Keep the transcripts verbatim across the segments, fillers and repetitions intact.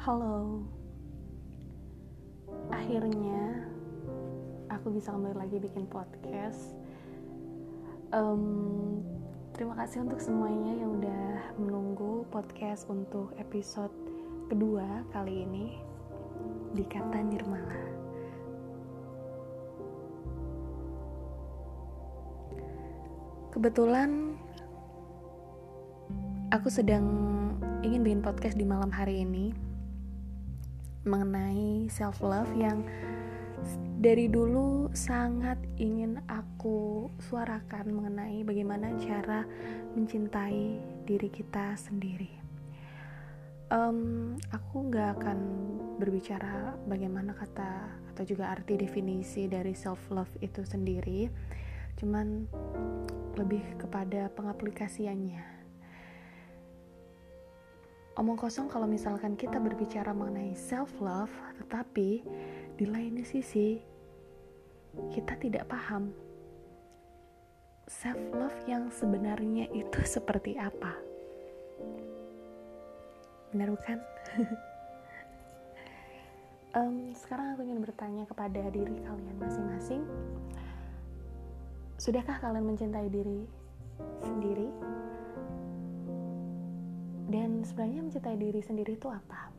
Halo, akhirnya aku bisa kembali lagi bikin podcast. um, Terima kasih untuk semuanya yang udah menunggu podcast untuk episode kedua kali ini di Kata Nirmala. Kebetulan aku sedang ingin bikin podcast di malam hari ini mengenai self love yang dari dulu sangat ingin aku suarakan, mengenai bagaimana cara mencintai diri kita sendiri. Um, aku gak akan berbicara bagaimana kata atau juga arti definisi dari self love itu sendiri, cuman lebih kepada pengaplikasiannya. Omong kosong kalau misalkan kita berbicara mengenai self love, tetapi di lain sisi kita tidak paham self love yang sebenarnya itu seperti apa. Benar bukan? um, sekarang aku ingin bertanya kepada diri kalian masing-masing. Sudahkah kalian mencintai diri sendiri? Dan sebenarnya mencintai diri sendiri itu apa?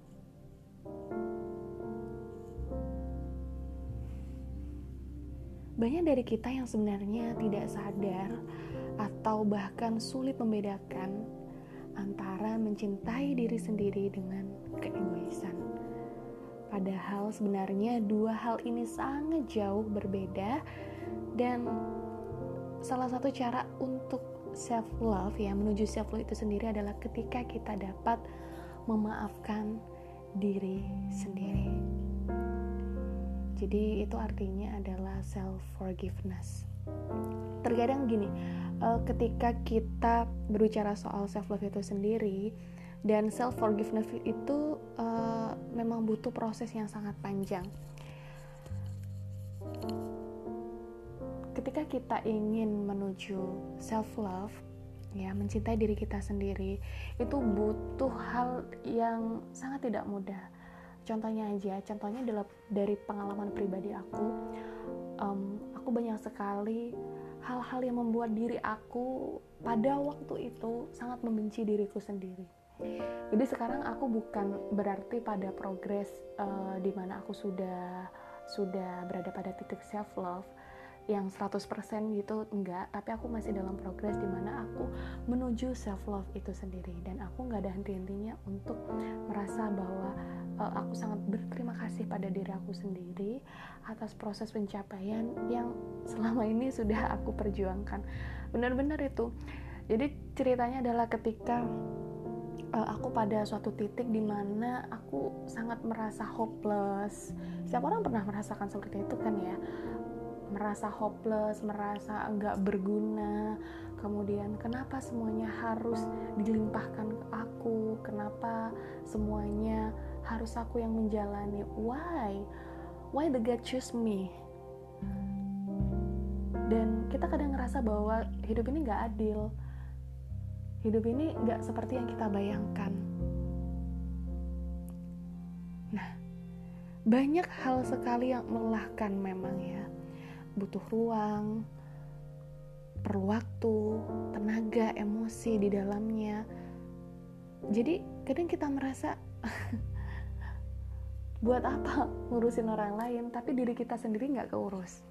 Banyak dari kita yang sebenarnya tidak sadar atau bahkan sulit membedakan antara mencintai diri sendiri dengan keegoisan. Padahal sebenarnya dua hal ini sangat jauh berbeda, dan salah satu cara untuk self love ya, menuju self love itu sendiri adalah ketika kita dapat memaafkan diri sendiri. Jadi itu artinya adalah self forgiveness. Terkadang gini, ketika kita berbicara soal self love itu sendiri dan self forgiveness itu uh, memang butuh proses yang sangat panjang. Ketika kita ingin menuju self love, ya, mencintai diri kita sendiri, itu butuh hal yang sangat tidak mudah. Contohnya aja, contohnya adalah dari pengalaman pribadi aku. Um, aku banyak sekali hal-hal yang membuat diri aku pada waktu itu sangat membenci diriku sendiri. Jadi sekarang aku bukan berarti pada progres uh, di mana aku sudah sudah berada pada titik self love yang seratus persen gitu, enggak, tapi aku masih dalam progres di mana aku menuju self love itu sendiri, dan aku enggak ada henti-hentinya untuk merasa bahwa uh, aku sangat berterima kasih pada diri aku sendiri atas proses pencapaian yang selama ini sudah aku perjuangkan. Benar-benar itu. Jadi ceritanya adalah ketika uh, aku pada suatu titik di mana aku sangat merasa hopeless. Setiap orang pernah merasakan seperti itu kan ya, merasa hopeless, merasa enggak berguna, kemudian kenapa semuanya harus dilimpahkan ke aku, kenapa semuanya harus aku yang menjalani, why why the God choose me. Dan kita kadang ngerasa bahwa hidup ini gak adil, hidup ini gak seperti yang kita bayangkan. Nah, banyak hal sekali yang melelahkan memang ya, butuh ruang, perlu waktu, tenaga, emosi di dalamnya. Jadi kadang kita merasa buat apa ngurusin orang lain, tapi diri kita sendiri gak keurus.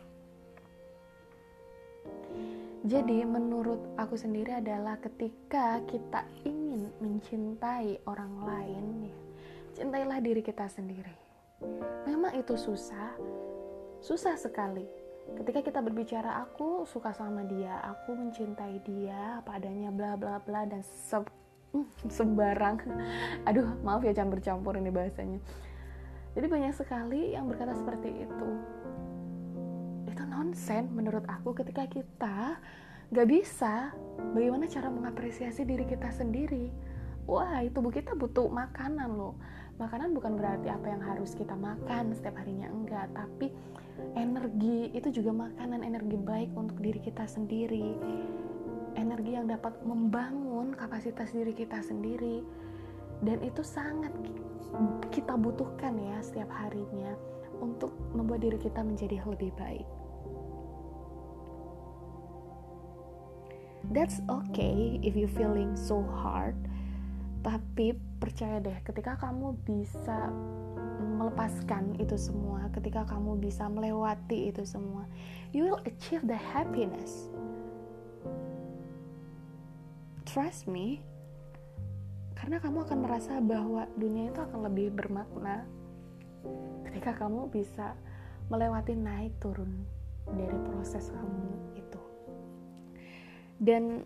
Jadi menurut aku sendiri adalah ketika kita ingin mencintai orang lain, ya, cintailah diri kita sendiri. Memang itu susah, susah sekali. Ketika kita berbicara aku suka sama dia, aku mencintai dia apa adanya, bla bla bla, dan se- sembarang. Aduh, maaf ya campur-campur ini bahasanya. Jadi banyak sekali yang berkata seperti itu. Itu nonsen menurut aku ketika kita gak bisa bagaimana cara mengapresiasi diri kita sendiri. Wah, tubuh kita butuh makanan loh. Makanan bukan berarti apa yang harus kita makan setiap harinya, enggak, tapi energi itu juga makanan, energi baik untuk diri kita sendiri, energi yang dapat membangun kapasitas diri kita sendiri. dan itu sangat kita butuhkan ya setiap harinya untuk membuat diri kita menjadi lebih baik. That's okay if you feeling so hard, tapi percaya deh, ketika kamu bisa melepaskan itu semua, ketika kamu bisa melewati itu semua, you will achieve the happiness. Trust me, karena kamu akan merasa bahwa dunia itu akan lebih bermakna ketika kamu bisa melewati naik turun dari proses kamu itu. Dan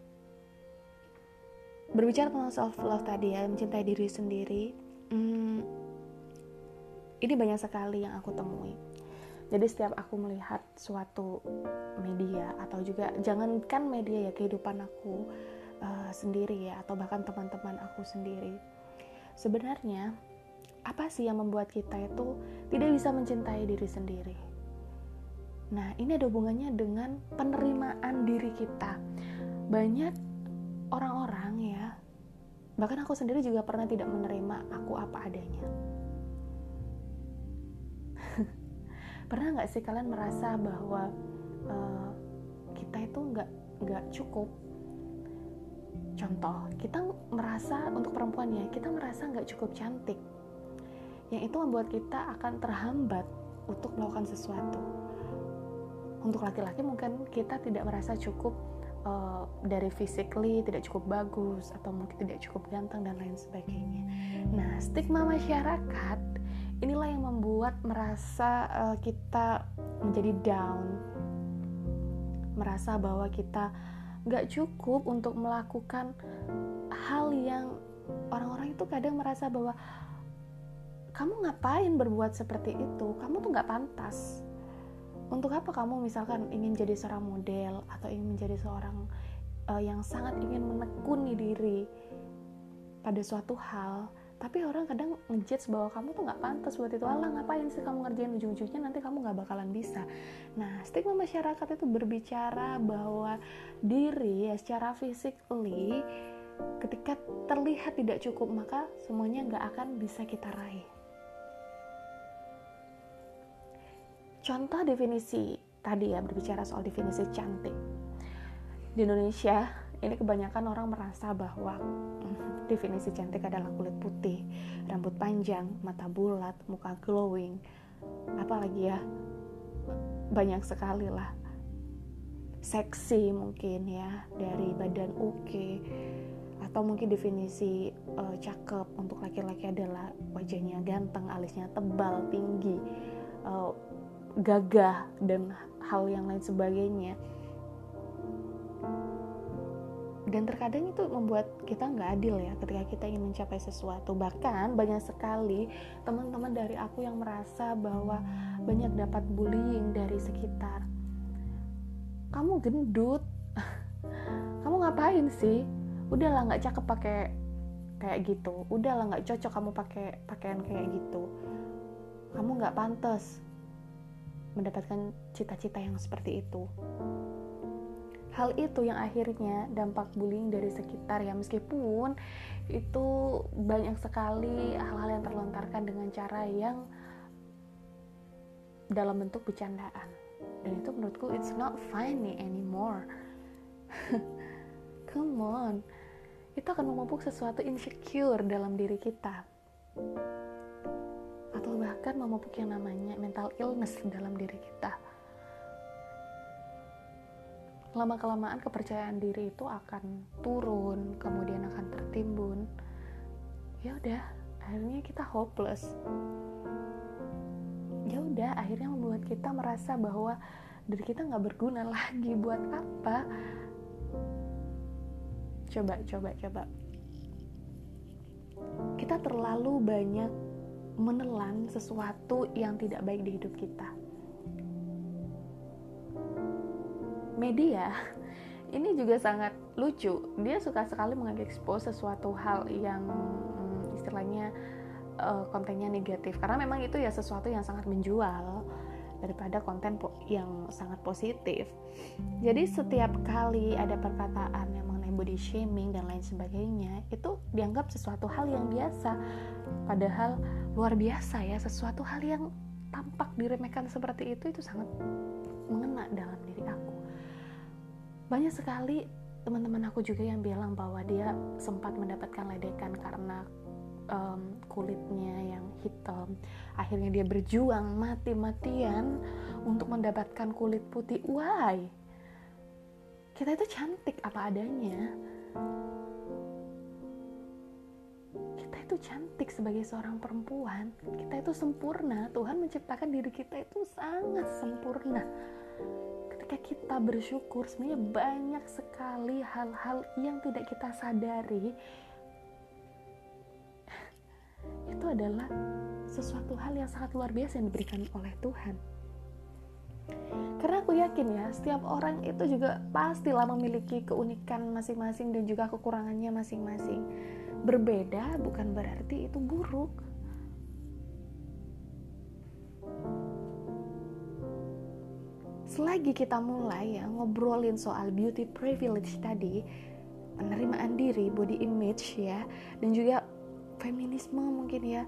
berbicara tentang self love tadi ya, mencintai diri sendiri, hmm, ini banyak sekali yang aku temui. Jadi setiap aku melihat suatu media, atau juga jangankan media ya, kehidupan aku uh, sendiri ya, atau bahkan teman-teman aku sendiri, sebenarnya apa sih yang membuat kita itu tidak bisa mencintai diri sendiri? Nah, ini ada hubungannya dengan penerimaan diri kita. Banyak orang-orang ya, bahkan aku sendiri juga pernah tidak menerima aku apa adanya. Pernah nggak sih kalian merasa bahwa uh, kita itu nggak nggak cukup? Contoh, kita merasa, untuk perempuan ya, kita merasa nggak cukup cantik. Yang itu membuat kita akan terhambat untuk melakukan sesuatu. Untuk laki-laki mungkin kita tidak merasa cukup uh, dari physically, tidak cukup bagus, atau mungkin tidak cukup ganteng dan lain sebagainya. Nah, stigma masyarakat inilah yang membuat merasa uh, kita menjadi down, merasa bahwa kita gak cukup untuk melakukan hal yang orang-orang itu kadang merasa bahwa kamu ngapain berbuat seperti itu, kamu tuh gak pantas. Untuk apa kamu misalkan ingin jadi seorang model, atau ingin menjadi seorang uh, yang sangat ingin menekuni diri pada suatu hal, tapi orang kadang ngejudge bahwa kamu tuh gak pantas buat itu. Alah, ngapain sih kamu ngerjain, ujung-ujungnya nanti kamu gak bakalan bisa. Nah, stigma masyarakat itu berbicara bahwa diri ya secara physically, ketika terlihat tidak cukup, maka semuanya gak akan bisa kita raih. Contoh definisi tadi ya, berbicara soal definisi cantik. Di Indonesia, ini kebanyakan orang merasa bahwa hmm, definisi cantik adalah kulit putih, rambut panjang, mata bulat, muka glowing, apalagi ya, banyak sekali lah. Seksi mungkin ya, dari badan oke, atau mungkin definisi uh, cakep untuk laki-laki adalah wajahnya ganteng, alisnya tebal, tinggi, uh, gagah, dan hal yang lain sebagainya. Dan terkadang itu membuat kita nggak adil ya ketika kita ingin mencapai sesuatu. Bahkan banyak sekali teman-teman dari aku yang merasa bahwa banyak dapat bullying dari sekitar. Kamu gendut, kamu ngapain sih? Udahlah, nggak cakep pakai kayak gitu. Udahlah, nggak cocok kamu pakai pakaian kayak gitu. Kamu nggak pantas mendapatkan cita-cita yang seperti itu. Hal itu yang akhirnya dampak bullying dari sekitar ya, meskipun itu banyak sekali hal-hal yang terlontarkan dengan cara yang dalam bentuk bercandaan, dan itu menurutku it's not funny anymore. Come on, itu akan memupuk sesuatu insecure dalam diri kita, atau bahkan memupuk yang namanya mental illness dalam diri kita. Lama-kelamaan kepercayaan diri itu akan turun, kemudian akan tertimbun. Ya udah, akhirnya kita hopeless. Ya udah, akhirnya membuat kita merasa bahwa diri kita nggak berguna lagi. Buat apa? Coba, coba, coba. Kita terlalu banyak menelan sesuatu yang tidak baik di hidup kita. Media ini juga sangat lucu. Dia suka sekali mengekspos sesuatu hal yang hmm, istilahnya uh, kontennya negatif, karena memang itu ya sesuatu yang sangat menjual daripada konten po- yang sangat positif. Jadi setiap kali ada perkataan yang mengenai body shaming dan lain sebagainya, itu dianggap sesuatu hal yang biasa. Padahal luar biasa ya, sesuatu hal yang tampak diremehkan seperti itu, itu sangat mengena dalam diri aku. Banyak sekali teman-teman aku juga yang bilang bahwa dia sempat mendapatkan ledekan karena um, kulitnya yang hitam. Akhirnya dia berjuang mati-matian untuk mendapatkan kulit putih. Why? Kita itu cantik apa adanya. Kita itu cantik sebagai seorang perempuan. Kita itu sempurna. Tuhan menciptakan diri kita itu sangat sempurna. Ketika kita bersyukur, sebenarnya banyak sekali hal-hal yang tidak kita sadari. Itu adalah sesuatu hal yang sangat luar biasa yang diberikan oleh Tuhan. Karena aku yakin ya, setiap orang itu juga pastilah memiliki keunikan masing-masing dan juga kekurangannya masing-masing. Berbeda bukan berarti itu buruk. Selagi kita mulai ya ngobrolin soal beauty privilege tadi, penerimaan diri, body image ya, dan juga feminisme mungkin ya,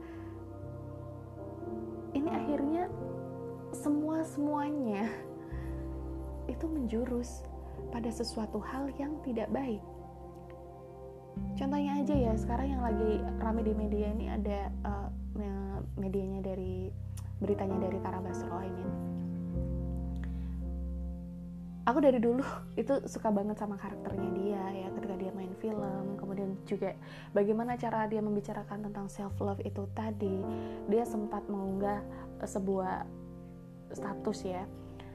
ini akhirnya semua-semuanya itu menjurus pada sesuatu hal yang tidak baik. Contohnya aja ya, sekarang yang lagi rame di media ini ada uh, medianya dari beritanya dari Tara Basro ini. Aku dari dulu itu suka banget sama karakternya dia ya, ketika dia main film, kemudian juga bagaimana cara dia membicarakan tentang self love itu tadi. Dia sempat mengunggah sebuah status ya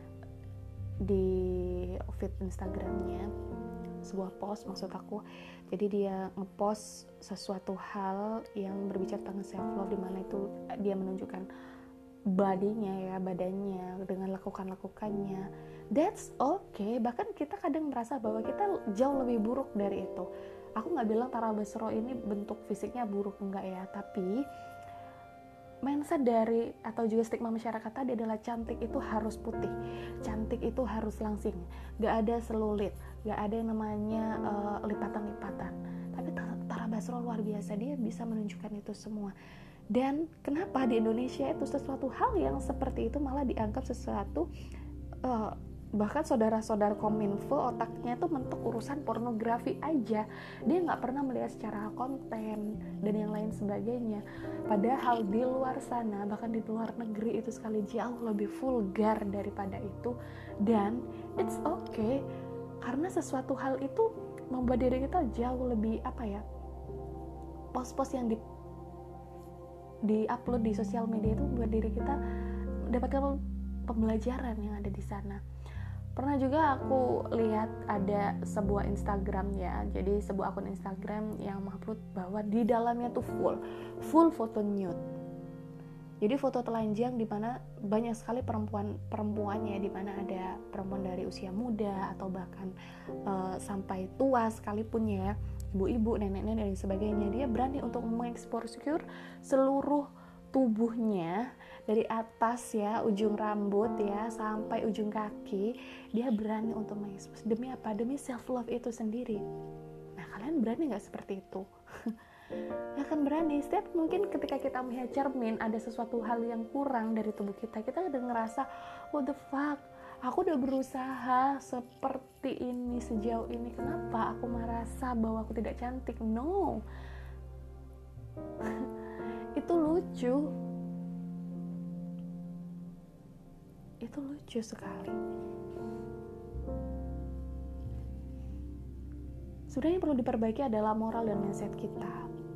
di feed Instagramnya, sebuah post maksud aku. Jadi dia ngepost sesuatu hal yang berbicara tentang self love, di mana itu dia menunjukkan bodinya ya, badannya dengan lakukan-lakukannya. That's okay. Bahkan kita kadang merasa bahwa kita jauh lebih buruk dari itu. Aku gak bilang Tara Basro ini bentuk fisiknya buruk, enggak ya. Tapi mindset dari atau juga stigma masyarakat tadi adalah cantik itu harus putih, cantik itu harus langsing, gak ada selulit, gak ada yang namanya uh, lipatan-lipatan. Tapi Tara Basro luar biasa, dia bisa menunjukkan itu semua. Dan kenapa di Indonesia itu sesuatu hal yang seperti itu malah dianggap sesuatu uh, bahkan saudara-saudara Kominfo otaknya itu mentok urusan pornografi aja, dia nggak pernah melihat secara konten dan yang lain sebagainya. Padahal di luar sana, bahkan di luar negeri itu sekali jauh lebih vulgar daripada itu. Dan it's okay, karena sesuatu hal itu membuat diri kita jauh lebih apa ya, post-post yang di di upload di sosial media itu buat diri kita mendapatkan pembelajaran yang ada di sana. Pernah juga aku lihat ada sebuah Instagram ya, jadi sebuah akun Instagram yang mengupload bahwa di dalamnya tuh full full foto nude. Jadi foto telanjang di mana banyak sekali perempuan-perempuannya, di mana ada perempuan dari usia muda atau bahkan uh, sampai tua sekalipun ya, ibu-ibu, nenek-nenek dan sebagainya. Dia berani untuk mengeksposur seluruh tubuhnya dari atas ya, ujung rambut ya sampai ujung kaki. Dia berani untuk mengekspos. Demi apa? Demi self love itu sendiri. Nah, kalian berani gak seperti itu? Gak akan berani. Setiap mungkin ketika kita melihat cermin ada sesuatu hal yang kurang dari tubuh kita, kita udah ngerasa what the fuck, aku udah berusaha seperti ini sejauh ini, kenapa aku merasa bahwa aku tidak cantik? No. Itu lucu. Itu lucu sekali. Sebenarnya yang perlu diperbaiki adalah moral dan mindset kita.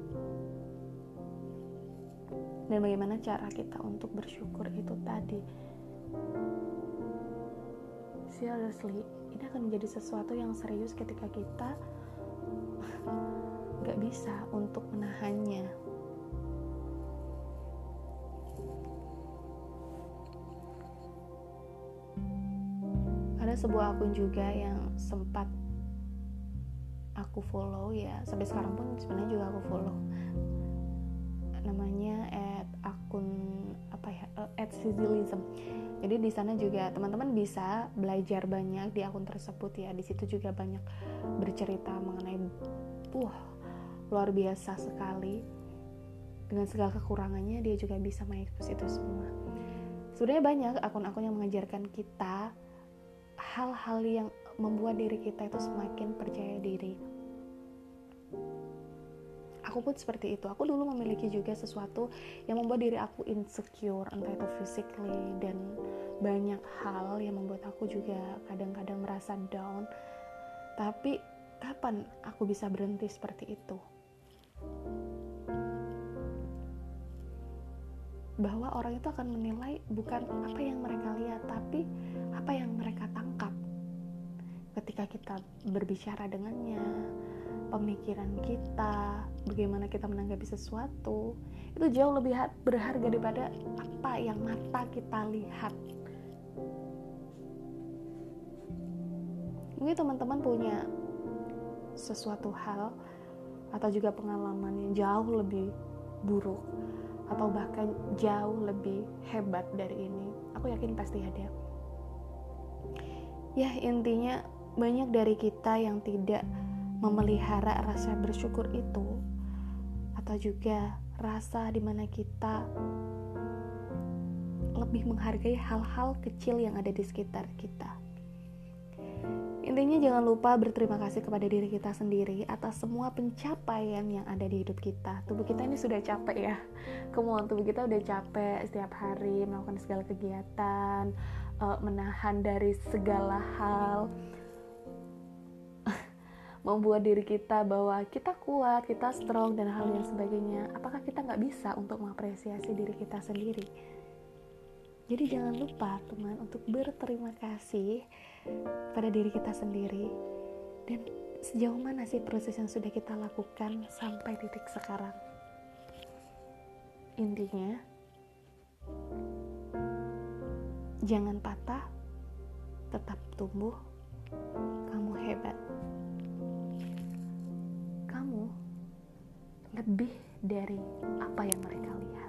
Dan bagaimana cara kita untuk bersyukur itu tadi. Seriously, ini akan menjadi sesuatu yang serius ketika kita gak bisa untuk menahannya. Ada sebuah akun juga yang sempat aku follow ya, sampai sekarang pun sebenarnya juga aku follow, namanya at akun apa ya, at sizilism. Jadi di sana juga teman-teman bisa belajar banyak di akun tersebut ya. Di situ juga banyak bercerita mengenai wah, luar biasa sekali. Dengan segala kekurangannya dia juga bisa mengekspos itu semua. Sebenarnya banyak akun-akun yang mengajarkan kita hal-hal yang membuat diri kita itu semakin percaya diri. Aku pun seperti itu. Aku dulu memiliki juga sesuatu yang membuat diri aku insecure, entah itu physically, dan banyak hal yang membuat aku juga kadang-kadang merasa down. Tapi kapan aku bisa berhenti seperti itu? Bahwa orang itu akan menilai bukan apa yang mereka lihat, tapi apa yang mereka tangkap ketika kita berbicara dengannya, pemikiran kita, bagaimana kita menanggapi sesuatu, itu jauh lebih berharga daripada apa yang mata kita lihat. Mungkin teman-teman punya sesuatu hal atau juga pengalaman yang jauh lebih buruk atau bahkan jauh lebih hebat dari ini. Aku yakin pasti ada. Ya, intinya banyak dari kita yang tidak memelihara rasa bersyukur itu, atau juga rasa dimana kita lebih menghargai hal-hal kecil yang ada di sekitar kita. Intinya jangan lupa berterima kasih kepada diri kita sendiri atas semua pencapaian yang ada di hidup kita. Tubuh kita ini sudah capek ya. Kemudian tubuh kita udah capek setiap hari melakukan segala kegiatan, menahan dari segala hal, membuat diri kita bahwa kita kuat, kita strong, dan hal yang sebagainya. Apakah kita nggak bisa untuk mengapresiasi diri kita sendiri? Jadi jangan lupa teman untuk berterima kasih pada diri kita sendiri. Dan sejauh mana sih proses yang sudah kita lakukan sampai titik sekarang? Intinya, jangan patah, tetap tumbuh, kamu hebat. Kamu lebih dari apa yang mereka lihat.